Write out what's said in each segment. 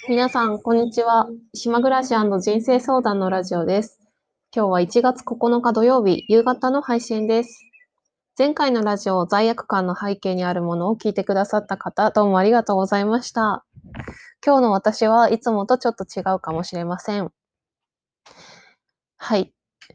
皆さん、こんにちは。島暮らし人生相談のラジオです。今日は1月9日土曜日、夕方の配信です。前回のラジオ、罪悪感の背景にあるものを聞いてくださった方、どうもありがとうございました。今日の私はいつもとちょっと違うかもしれません。はい。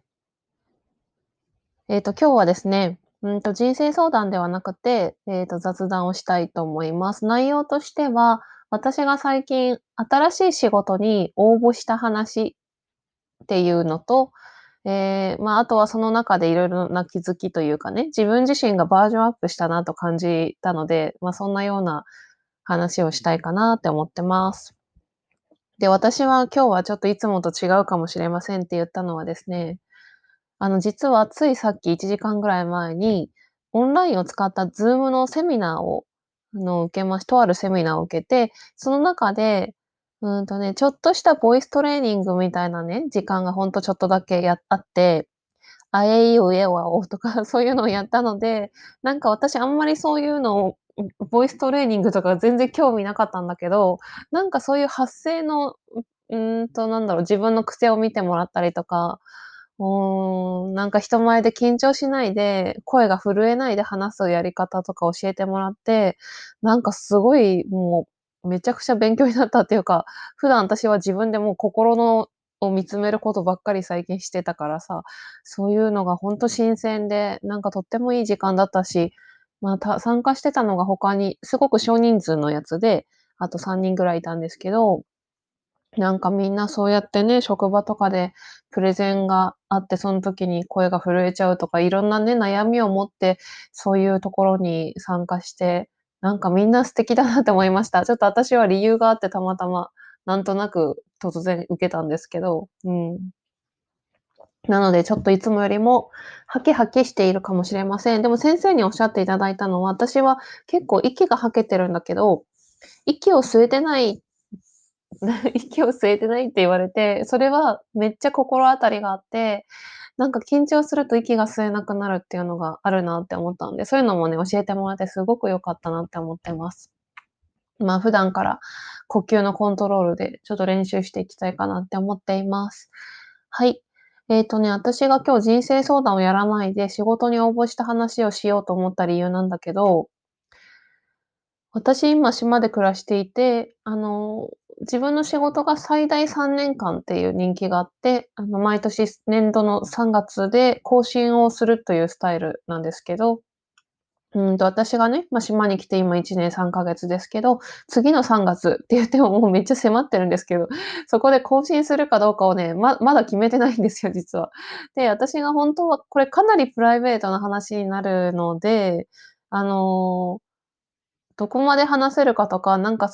今日はですね、人生相談ではなくて、雑談をしたいと思います。内容としては、私が最近新しい仕事に応募した話っていうのと、あとはその中でいろいろな気づきというかね、自分自身がバージョンアップしたなと感じたので、そんなような話をしたいかなって思ってます。で、私は今日はちょっといつもと違うかもしれませんって言ったのはですね、実はついさっき1時間ぐらい前に、オンラインを使った Zoom のセミナーを、とあるセミナーを受けて、その中で、ちょっとしたボイストレーニングみたいなね、時間がほんとちょっとだけあって、あえいうえおあおとかそういうのをやったので、なんか私あんまりそういうのを、ボイストレーニングとか全然興味なかったんだけど、なんかそういう発声の、自分の癖を見てもらったりとか、なんか人前で緊張しないで、声が震えないで話すやり方とか教えてもらって、なんかすごいもうめちゃくちゃ勉強になったっていうか、普段私は自分でもうを見つめることばっかり最近してたからさ、そういうのがほんと新鮮で、なんかとってもいい時間だったし、参加してたのが他にすごく少人数のやつで、あと3人ぐらいいたんですけど、なんかみんなそうやってね、職場とかでプレゼンがあって、その時に声が震えちゃうとか、いろんなね、悩みを持って、そういうところに参加して、なんかみんな素敵だなって思いました。ちょっと私は理由があってたまたま、なんとなく突然受けたんですけど、うん。なのでちょっといつもよりもハキハキしているかもしれません。でも先生におっしゃっていただいたのは、私は結構息が吐けてるんだけど、息を吸えてない息を吸えてないって言われて、それはめっちゃ心当たりがあって、なんか緊張すると息が吸えなくなるっていうのがあるなって思ったんで、そういうのもね、教えてもらってすごく良かったなって思ってます。普段から呼吸のコントロールでちょっと練習していきたいかなって思っています。はい。私が今日人生相談をやらないで仕事に応募した話をしようと思った理由なんだけど、私、今島で暮らしていて、自分の仕事が最大3年間っていう人気があって、毎年年度の3月で更新をするというスタイルなんですけど、私がね、島に来て今1年3ヶ月ですけど、次の3月って言ってももうめっちゃ迫ってるんですけど、そこで更新するかどうかをね、まだ決めてないんですよ、実は。で、私が本当はこれかなりプライベートな話になるので、あのどこまで話せるかとか、なんか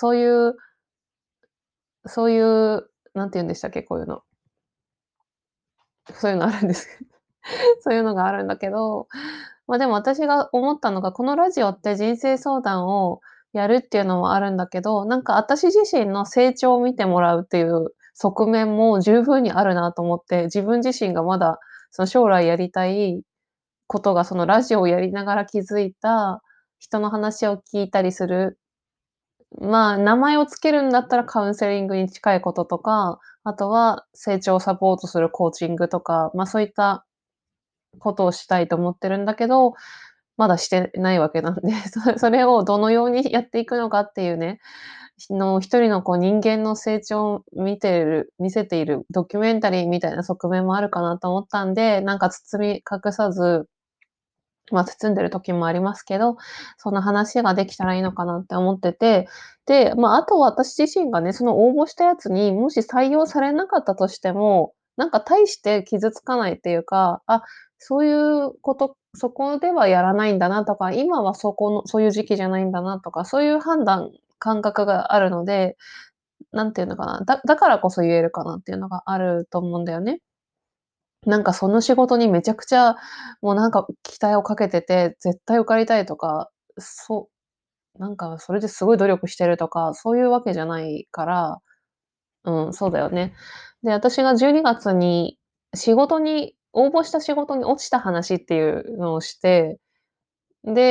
そういう、なんて言うんでしたっけ、こういうの。そういうのあるんです。そういうのがあるんだけど、でも私が思ったのが、このラジオって人生相談をやるっていうのもあるんだけど、なんか私自身の成長を見てもらうっていう側面も十分にあるなと思って、自分自身がまだその将来やりたいことが、そのラジオをやりながら気づいた、人の話を聞いたりする名前を付けるんだったらカウンセリングに近いこととか、あとは成長をサポートするコーチングとか、そういったことをしたいと思ってるんだけど、まだしてないわけなんで、それをどのようにやっていくのかっていうね、一人のこう人間の成長を見せているドキュメンタリーみたいな側面もあるかなと思ったんで、なんか包み隠さず包んでる時もありますけど、その話ができたらいいのかなって思ってて、で、あとは私自身がね、その応募したやつにもし採用されなかったとしても、なんか大して傷つかないっていうか、そういうこと、そこではやらないんだなとか、今はそういう時期じゃないんだなとか、そういう感覚があるので、なんていうのかな、だからこそ言えるかなっていうのがあると思うんだよね。なんかその仕事にめちゃくちゃ、もうなんか期待をかけてて、絶対受かりたいとか、なんかそれですごい努力してるとか、そういうわけじゃないから、そうだよね。で、私が12月に応募した仕事に落ちた話っていうのをして、で、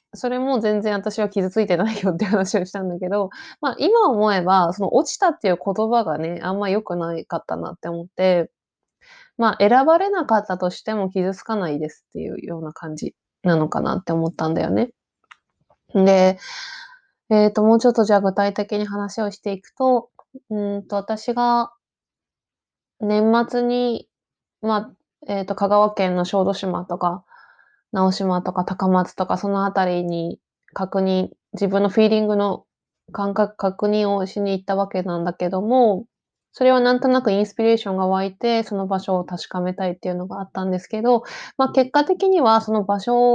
それも全然私は傷ついてないよって話をしたんだけど、今思えば、その落ちたっていう言葉がね、あんま良くないかったなって思って、選ばれなかったとしても傷つかないですっていうような感じなのかなって思ったんだよね。で、もうちょっとじゃあ具体的に話をしていくと、私が年末に、ま香川県の小豆島とか、直島とか高松とかそのあたりに自分のフィーリングの感覚確認をしに行ったわけなんだけども、それはなんとなくインスピレーションが湧いて、その場所を確かめたいっていうのがあったんですけど、結果的にはその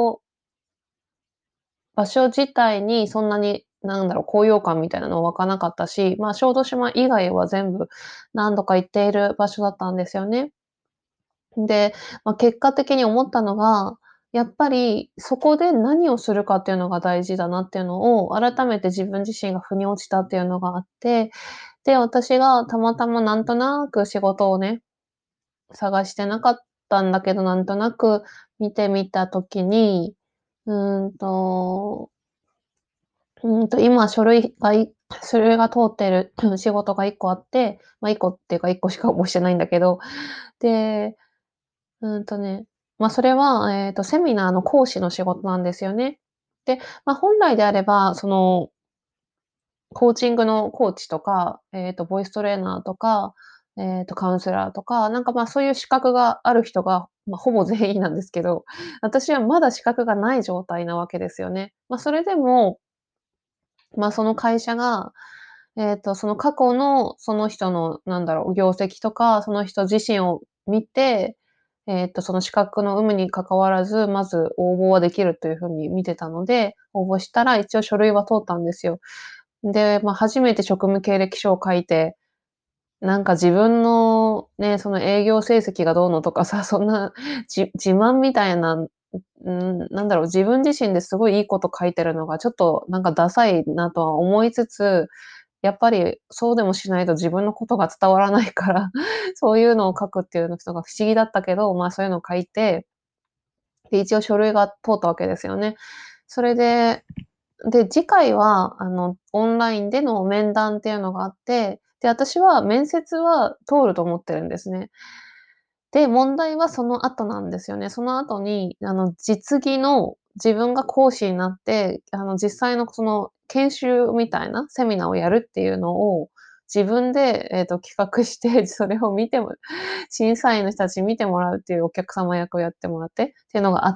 場所自体にそんなに、高揚感みたいなのは湧かなかったし、小豆島以外は全部何度か行っている場所だったんですよね。で、結果的に思ったのが、やっぱりそこで何をするかっていうのが大事だなっていうのを、改めて自分自身が腑に落ちたっていうのがあって、で、私がたまたまなんとなく仕事をね、探してなかったんだけど、なんとなく見てみた時に、うーんと今書類が通ってる仕事が1個あって、1個っていうか1個しか応募してないんだけど、で、ね、それは、セミナーの講師の仕事なんですよね。で、本来であれば、その、コーチングのコーチとか、ボイストレーナーとか、カウンセラーとか、そういう資格がある人が、ほぼ全員なんですけど、私はまだ資格がない状態なわけですよね。それでもその会社が、その過去のその人の業績とか、その人自身を見て、その資格の有無に関わらず、まず応募はできるという風に見てたので、応募したら一応書類は通ったんですよ。で、初めて職務経歴書を書いて、自分のね、その営業成績がどうのとかさ、そんな自慢みたいな、自分自身ですごいいいこと書いてるのがちょっとダサいなとは思いつつ、やっぱりそうでもしないと自分のことが伝わらないから、そういうのを書くっていうのが不思議だったけど、そういうのを書いて、で、一応書類が通ったわけですよね。それで、次回はオンラインでの面談っていうのがあって、で、私は面接は通ると思ってるんですね。で、問題はその後なんですよね。その後に、実技の自分が講師になって、実際のその研修みたいなセミナーをやるっていうのを、自分で、企画して、それを審査員の人たちに見てもらうっていうお客様役をやってもらってっていうのがあって、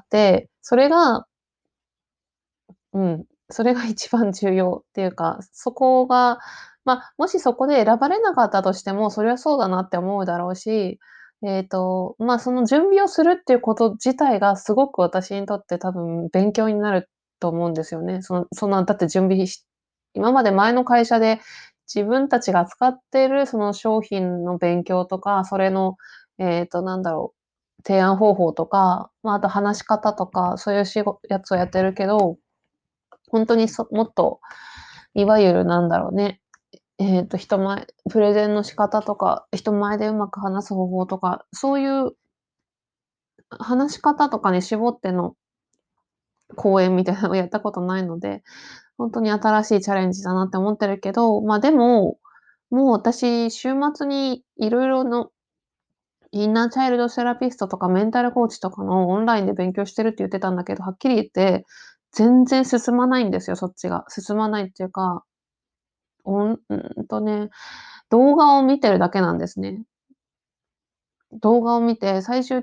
それが一番重要っていうか、そこが、もしそこで選ばれなかったとしても、それはそうだなって思うだろうし、その準備をするっていうこと自体がすごく私にとって多分勉強になると思うんですよね。だって今まで前の会社で自分たちが扱っているその商品の勉強とか、それの、提案方法とか、あと話し方とか、そういうやつをやってるけど、ほんとにもっと、いわゆるプレゼンの仕方とか、人前でうまく話す方法とか、そういう話し方とかに絞っての講演みたいなのをやったことないので、ほんとに新しいチャレンジだなって思ってるけど、でも、もう私、週末に色々のインナーチャイルドセラピストとかメンタルコーチとかのオンラインで勉強してるって言ってたんだけど、はっきり言って、全然進まないんですよ、そっちが。進まないっていうか、おんね、動画を見てるだけなんですね。動画を見て、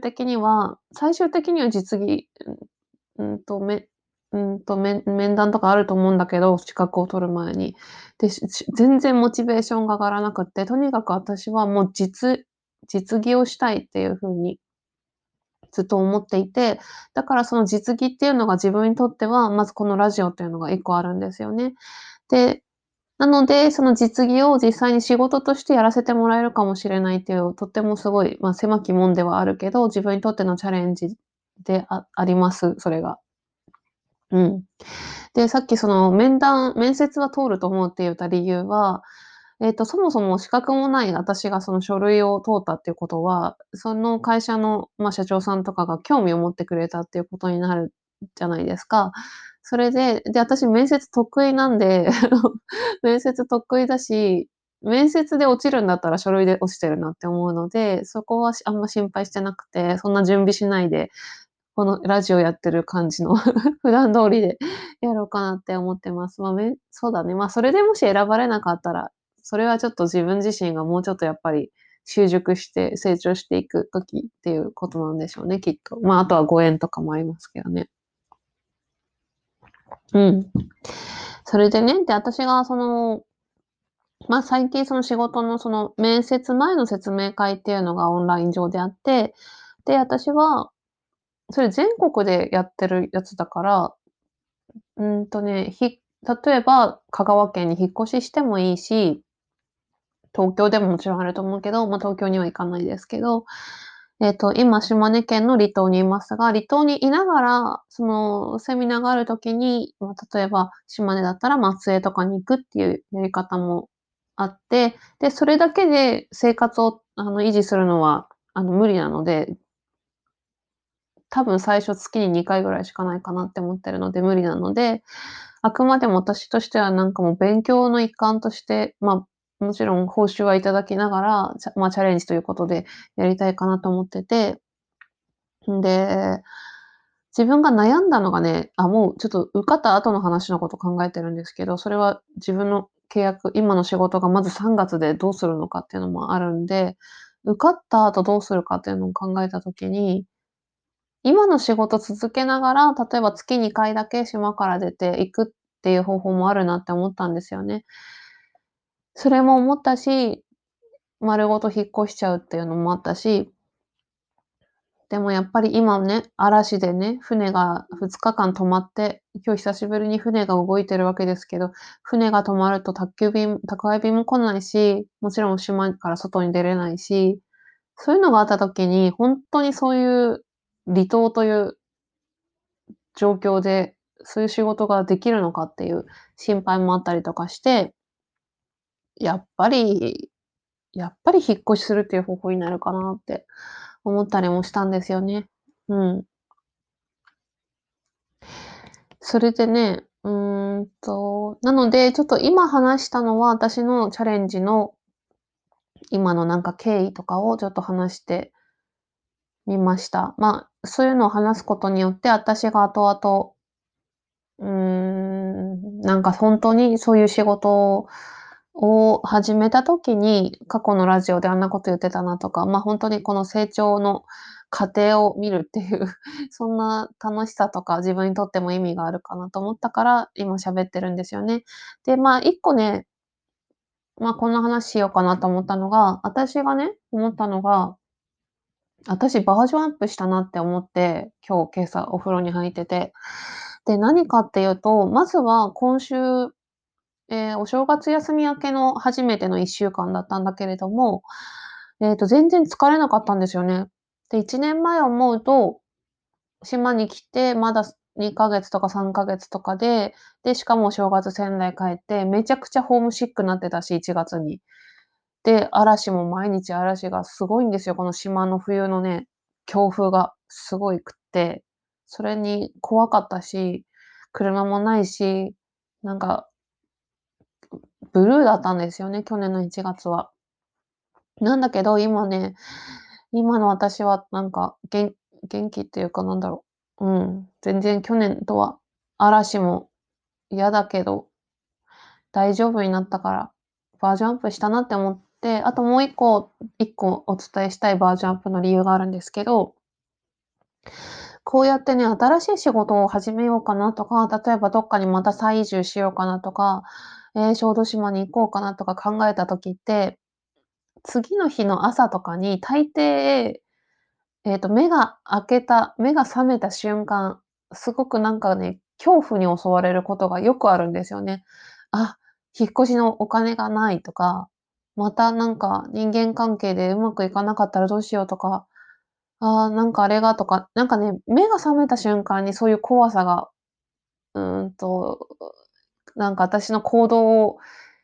最終的には実技、うんと、め面談とかあると思うんだけど、資格を取る前に。で、全然モチベーションが上がらなくって、とにかく私はもう実技をしたいっていう風にずっと思っていて、だからその実技っていうのが自分にとっては、まずこのラジオっていうのが1個あるんですよね。で、なので、その実技を実際に仕事としてやらせてもらえるかもしれないっていう、とってもすごい、狭き門ではあるけど、自分にとってのチャレンジであります、それが。うん。で、さっきその面接は通ると思うって言った理由は、そもそも資格もない私がその書類を通ったっていうことは、その会社の、社長さんとかが興味を持ってくれたっていうことになるじゃないですか。 それで、私面接得意なんで、面接得意だし、面接で落ちるんだったら書類で落ちてるなって思うので、そこはあんま心配してなくて、そんな準備しないで、このラジオやってる感じの普段通りでやろうかなって思ってます。そうだね、それでもし選ばれなかったら、それはちょっと自分自身がもうちょっとやっぱり習熟して成長していく時っていうことなんでしょうね、きっと。あとはご縁とかもありますけどね。うん。それでね、私が最近その仕事のその面接前の説明会っていうのがオンライン上であって、で、私はそれ全国でやってるやつだから、例えば香川県に引っ越ししてもいいし、東京でももちろんあると思うけど、東京には行かないですけど、今島根県の離島にいますが、離島にいながら、そのセミナーがある時に、例えば島根だったら松江とかに行くっていうやり方もあって、で、それだけで生活を維持するのは無理なので、多分最初月に2回ぐらいしかないかなって思ってるので無理なので、あくまでも私としてはなんかもう勉強の一環として、もちろん報酬はいただきながら、チャレンジということでやりたいかなと思ってて、で、自分が悩んだのがね、もうちょっと受かった後の話のこと考えてるんですけど、それは自分の契約、今の仕事がまず3月でどうするのかっていうのもあるんで、受かった後どうするかっていうのを考えた時に、今の仕事続けながら、例えば月2回だけ島から出ていくっていう方法もあるなって思ったんですよね。それも思ったし、丸ごと引っ越しちゃうっていうのもあったし、でもやっぱり今ね、嵐でね、船が2日間止まって、今日久しぶりに船が動いてるわけですけど、船が止まると宅配便も来ないし、もちろん島から外に出れないし、そういうのがあった時に、ほんとにそういう離島という状況で、そういう仕事ができるのかっていう心配もあったりとかして、やっぱり引っ越しするっていう方法になるかなって思ったりもしたんですよね。うん。それでね、なので、ちょっと今話したのは、私のチャレンジの今のなんか経緯とかをちょっと話してみました。そういうのを話すことによって、私が後々、なんかほんとにそういう仕事を始めた時に、過去のラジオであんなこと言ってたなとか、ほんとにこの成長の過程を見るっていうそんな楽しさとか自分にとっても意味があるかなと思ったから、今喋ってるんですよね。で、1個ね、こんな話しようかなと思ったのが、私がね、思ったのが、私バージョンアップしたなって思って、今朝お風呂に入ってて。で、何かっていうと、まずは今週、お正月休み明けの初めての1週間だったんだけれども、全然疲れなかったんですよね。で、1年前思うと、島に来て、まだ2ヶ月とか3ヶ月とかで、しかもお正月仙台帰って、めちゃくちゃホームシックなってたし、1月に。で、嵐も毎日嵐がすごいんですよ。この島の冬のね、強風がすごいくって、それに怖かったし、車もないし、なんかブルーだったんですよね、去年の1月は。なんだけど、今の私はなんか、元気っていうかなんだろう、全然去年とは嵐も嫌だけど、大丈夫になったから、バージョンアップしたなって思って、あともう1個お伝えしたいバージョンアップの理由があるんですけど、こうやってね、新しい仕事を始めようかなとか、例えばどっかにまた再移住しようかなとか、小豆島に行こうかなとか考えた時って、次の日の朝とかに大抵、目が覚めた瞬間、すごくなんかね、恐怖に襲われることがよくあるんですよね。あ、引っ越しのお金がないとか、またなんか人間関係でうまくいかなかったらどうしようとか、なんかあれがとか、なんかね、目が覚めた瞬間にそういう怖さが、うーんと、なんか私の行動を、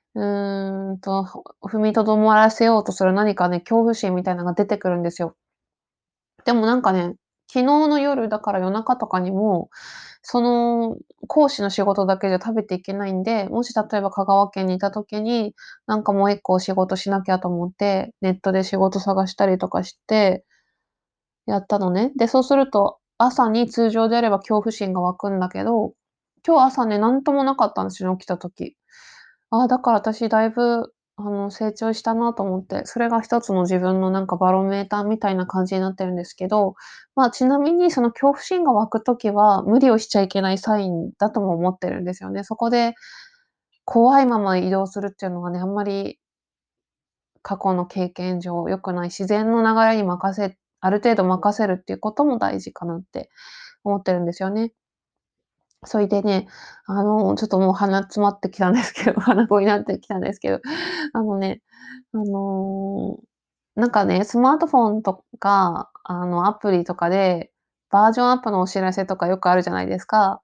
踏みとどまらせようとする何かね、恐怖心みたいなのが出てくるんですよ。でもなんかね、昨日の夜、だから夜中とかにも、 その講師の仕事だけじゃ食べていけないんで、もし例えば香川県にいた時に、なんかもう一個仕事しなきゃと思って、ネットで仕事探したりとかしてやったのね。で、そうすると、朝に通常であれば恐怖心が湧くんだけど、今日朝ね、なんともなかったんですよ、起きた時。ああ、だから私だいぶ、成長したなと思って、それが一つの自分のなんかバロメーターみたいな感じになってるんですけど、まあ、ちなみにその恐怖心が湧く時は、無理をしちゃいけないサインだとも思ってるんですよね。そこで怖いまま移動するっていうのはね、あんまり過去の経験上良くない、自然の流れにある程度任せるっていうことも大事かなって思ってるんですよね。それでね、ちょっともう鼻詰まってきたんですけど、鼻声になってきたんですけど、あのね、あの、なんかね、スマートフォンとか、アプリとかで、バージョンアップのお知らせとかよくあるじゃないですか。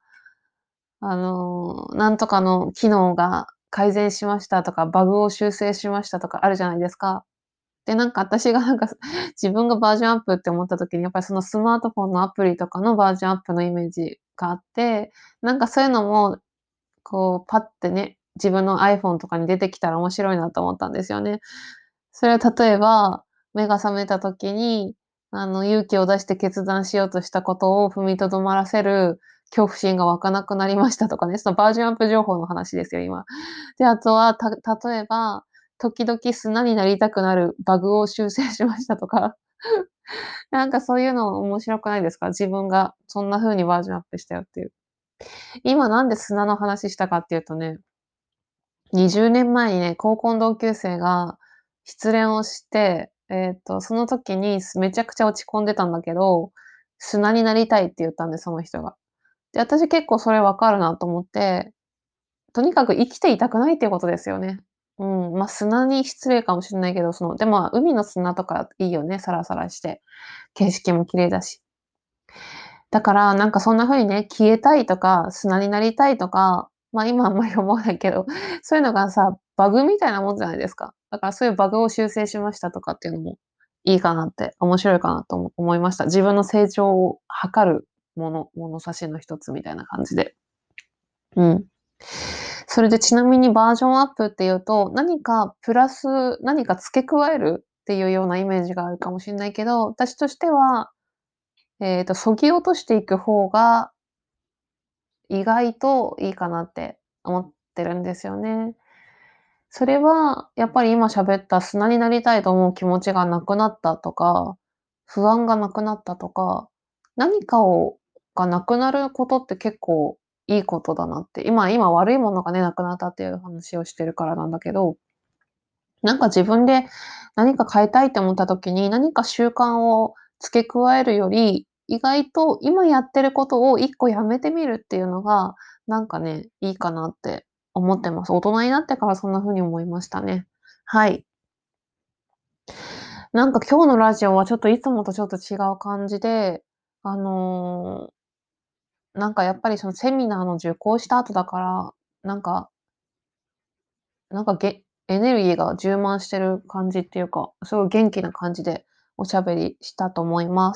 なんとかの機能が改善しましたとか、バグを修正しましたとかあるじゃないですか。で、なんか私がなんか自分がバージョンアップって思った時に、やっぱりそのスマートフォンのアプリとかのバージョンアップのイメージがあって、なんかそういうのも、こうパッてね、自分の iPhone とかに出てきたら面白いなと思ったんですよね。それは例えば、目が覚めた時に、勇気を出して決断しようとしたことを踏みとどまらせる恐怖心が湧かなくなりましたとかね、そのバージョンアップ情報の話ですよ、今。で、あとは、例えば、時々砂になりたくなるバグを修正しましたとか、なんかそういうの面白くないですか？自分がそんな風にバージョンアップしたよっていう。今なんで砂の話したかっていうとね、20年前にね、高校の同級生が失恋をして、その時にめちゃくちゃ落ち込んでたんだけど、砂になりたいって言ったんで、その人が。で、私結構それ分かるなと思って、とにかく生きていたくないっていうことですよね。うん、ま、砂に失礼かもしんないけど、でも、海の砂とかいいよね、サラサラして。景色も綺麗だし。だから、なんかそんな風にね、消えたいとか、砂になりたいとか、ま、今あんまり思わないけど、そういうのがさ、バグみたいなもんじゃないですか。だからそういうバグを修正しましたとかっていうのもいいかなって、面白いかなと思いました。自分の成長を測る物差しの一つみたいな感じで。うん。それでちなみにバージョンアップっていうと、何かプラス、何か付け加えるっていうようなイメージがあるかもしんないけど、私としては、削ぎ落としていく方が意外といいかなって思ってるんですよね。それはやっぱり今喋った砂になりたいと思う気持ちがなくなったとか、不安がなくなったとか、何かがなくなることって結構いいことだなって、今悪いものがね、なくなったっていう話をしてるからなんだけど、なんか自分で何か変えたいって思った時に、何か習慣を付け加えるより、意外と今やってることを1個やめてみるっていうのが、なんかね、いいかなって思ってます。大人になってからそんな風に思いましたね。はい。なんか今日のラジオはちょっといつもとちょっと違う感じで、あの、なんかやっぱりそのセミナーの受講した後だから、なんかエネルギーが充満してる感じっていうか、すごい元気な感じでおしゃべりしたと思います。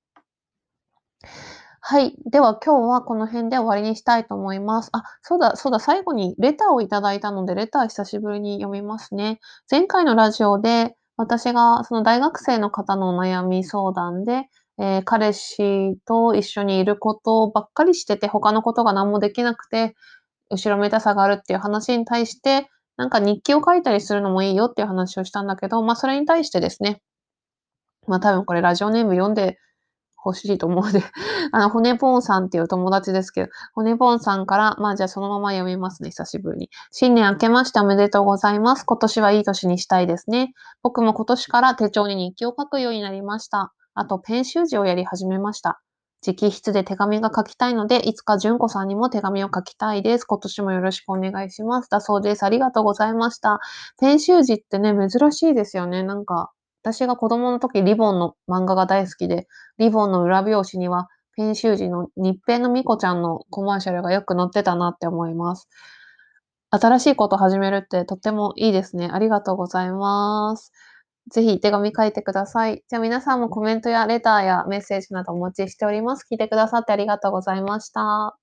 はい。では今日はこの辺で終わりにしたいと思います。あ、そうだそうだ、最後にレターをいただいたので、レター久しぶりに読みますね。前回のラジオで、私がその大学生の方のお悩み相談で、彼氏と一緒にいることばっかりしてて、他のことが何もできなくて後ろめたさがあるっていう話に対して、なんか日記を書いたりするのもいいよっていう話をしたんだけど、それに対してですね、多分これラジオネーム読んで欲しいと思うので、骨ポンさんっていう友達ですけど、骨ポンさんから、じゃあそのまま読みますね、久しぶりに。新年明けましておめでとうございます。今年はいい年にしたいですね。僕も今年から手帳に日記を書くようになりました。あと、ペン習字をやり始めました。直筆で手紙が書きたいので、いつか純子さんにも手紙を書きたいです。今年もよろしくお願いします。だそうです。ありがとうございました。ペン習字ってね、珍しいですよね。なんか、私が子供の時リボンの漫画が大好きで、リボンの裏表紙には、ペン習字の日編のみこちゃんのコマーシャルがよく載ってたなって思います。新しいこと始めるってとってもいいですね。ありがとうございます。ぜひ手紙書いてください。じゃあ皆さんもコメントやレターやメッセージなどお待ちしております。聞いてくださってありがとうございました。